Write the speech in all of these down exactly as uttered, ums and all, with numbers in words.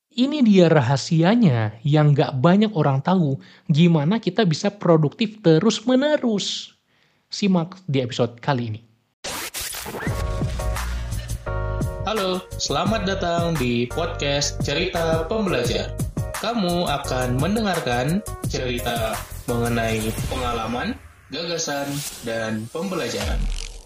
Ini dia rahasianya yang nggak banyak orang tahu, gimana kita bisa produktif terus-menerus. Simak di episode kali ini. Halo, selamat datang di podcast Cerita Pembelajar. Kamu akan mendengarkan cerita mengenai pengalaman, gagasan, dan pembelajaran.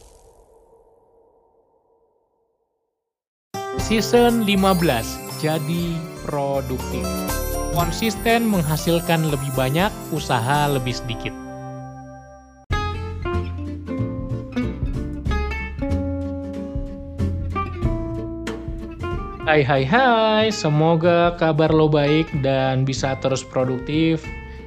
Season lima belas, jadi produktif. Konsisten menghasilkan lebih banyak, usaha lebih sedikit. Hai hai hai, semoga kabar lo baik dan bisa terus produktif.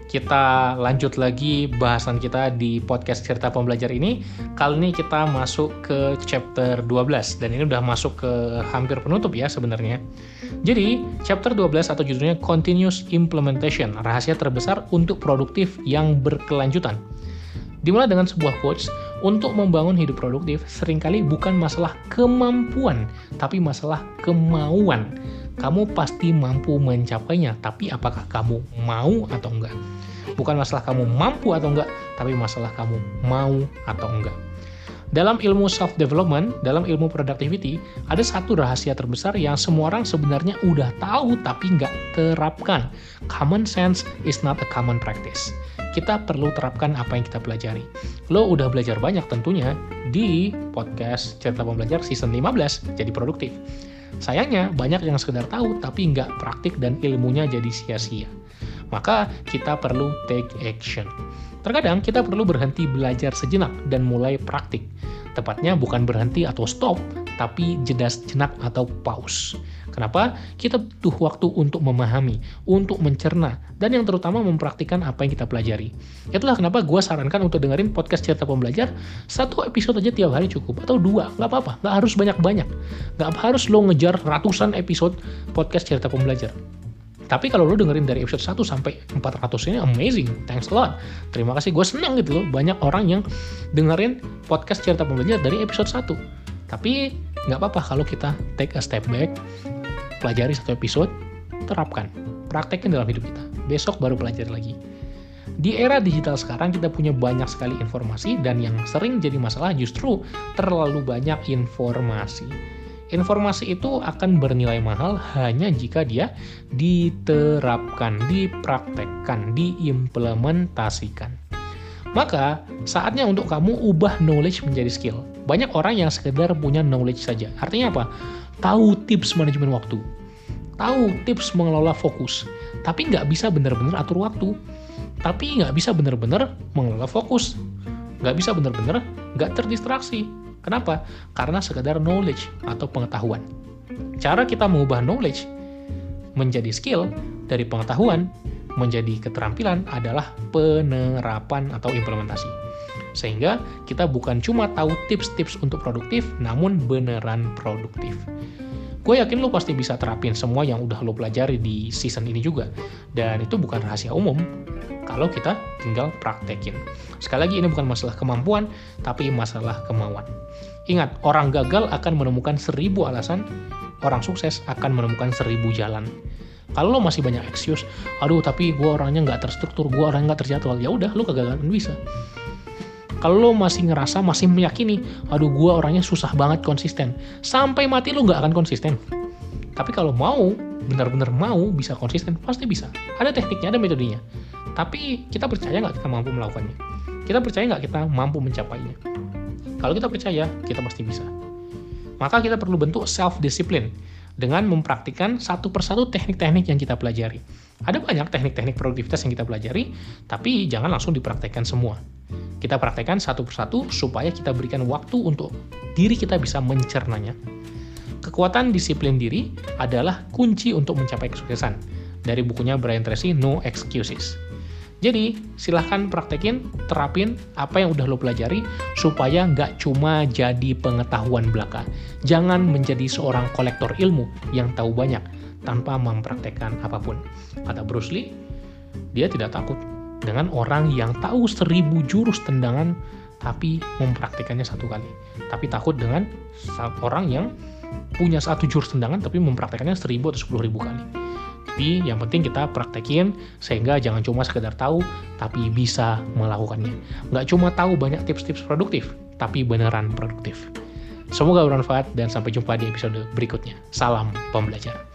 Kita lanjut lagi bahasan kita di podcast Cerita Pembelajar ini. Kali ini kita masuk ke chapter dua belas dan ini udah masuk ke hampir penutup ya sebenarnya. Jadi, chapter dua belas atau judulnya Continuous Implementation, rahasia terbesar untuk produktif yang berkelanjutan. Dimulai dengan sebuah quotes, untuk membangun hidup produktif seringkali bukan masalah kemampuan, tapi masalah kemauan. Kamu pasti mampu mencapainya, tapi apakah kamu mau atau enggak? Bukan masalah kamu mampu atau enggak, tapi masalah kamu mau atau enggak. Dalam ilmu self-development, dalam ilmu productivity, ada satu rahasia terbesar yang semua orang sebenarnya udah tahu tapi nggak terapkan. Common sense is not a common practice. Kita perlu terapkan apa yang kita pelajari. Lo udah belajar banyak tentunya di podcast Cerita Pembelajar season lima belas, jadi produktif. Sayangnya, banyak yang sekedar tahu tapi nggak praktik dan ilmunya jadi sia-sia. Maka kita perlu take action. Terkadang kita perlu berhenti belajar sejenak dan mulai praktik. Tepatnya bukan berhenti atau stop, tapi jeda sejenak atau pause. Kenapa? Kita butuh waktu untuk memahami, untuk mencerna, dan yang terutama mempraktikkan apa yang kita pelajari. Itulah kenapa gue sarankan untuk dengerin podcast Cerita Pembelajar, satu episode aja tiap hari cukup, atau dua, nggak apa-apa, nggak harus banyak-banyak. Nggak harus lo ngejar ratusan episode podcast Cerita Pembelajar. Tapi kalau lo dengerin dari episode satu sampai empat ratus ini amazing, thanks a lot. Terima kasih, gue senang gitu loh, banyak orang yang dengerin podcast Cerita Pembelajar dari episode satu. Tapi nggak apa-apa kalau kita take a step back, pelajari satu episode, terapkan, praktekin dalam hidup kita. Besok baru pelajari lagi. Di era digital sekarang kita punya banyak sekali informasi dan yang sering jadi masalah justru terlalu banyak informasi. Informasi itu akan bernilai mahal hanya jika dia diterapkan, dipraktekkan, diimplementasikan. Maka, saatnya untuk kamu ubah knowledge menjadi skill. Banyak orang yang sekedar punya knowledge saja. Artinya apa? Tahu tips manajemen waktu. Tahu tips mengelola fokus. Tapi nggak bisa benar-benar atur waktu. Tapi nggak bisa benar-benar mengelola fokus. Nggak bisa benar-benar nggak terdistraksi. Kenapa? Karena sekedar knowledge atau pengetahuan. Cara kita mengubah knowledge menjadi skill, dari pengetahuan menjadi keterampilan adalah penerapan atau implementasi. Sehingga kita bukan cuma tahu tips-tips untuk produktif, namun beneran produktif. Gue yakin lo pasti bisa terapin semua yang udah lo pelajari di season ini juga. Dan itu bukan rahasia umum kalau kita tinggal praktekin. Sekali lagi, ini bukan masalah kemampuan, tapi masalah kemauan. Ingat, orang gagal akan menemukan seribu alasan, orang sukses akan menemukan seribu jalan. Kalau lo masih banyak excuse, aduh tapi gue orangnya nggak terstruktur, gue orangnya nggak terjadwal, ya udah lo kegagalan bisa. Kalau lo masih ngerasa, masih meyakini, aduh gue orangnya susah banget konsisten, sampai mati lo nggak akan konsisten. Tapi kalau mau, benar-benar mau bisa konsisten, pasti bisa. Ada tekniknya, ada metodenya. Tapi kita percaya nggak kita mampu melakukannya? Kita percaya nggak kita mampu mencapainya? Kalau kita percaya, kita pasti bisa. Maka kita perlu bentuk self-discipline dengan mempraktikkan satu persatu teknik-teknik yang kita pelajari. Ada banyak teknik-teknik produktivitas yang kita pelajari, tapi jangan langsung dipraktekkan semua. Kita praktekkan satu persatu supaya kita berikan waktu untuk diri kita bisa mencernanya. Kekuatan disiplin diri adalah kunci untuk mencapai kesuksesan. Dari bukunya Brian Tracy, No Excuses. Jadi, silahkan praktekin, terapin apa yang udah lo pelajari, supaya nggak cuma jadi pengetahuan belaka. Jangan menjadi seorang kolektor ilmu yang tahu banyak, tanpa mempraktekkan apapun. Kata Bruce Lee, dia tidak takut dengan orang yang tahu seribu jurus tendangan, tapi mempraktekannya satu kali. Tapi takut dengan orang yang punya satu jurus tendangan, tapi mempraktekannya seribu atau sepuluh ribu kali. Tapi yang penting kita praktekin sehingga jangan cuma sekedar tahu, tapi bisa melakukannya. Nggak cuma tahu banyak tips-tips produktif, tapi beneran produktif. Semoga bermanfaat dan sampai jumpa di episode berikutnya. Salam pembelajar.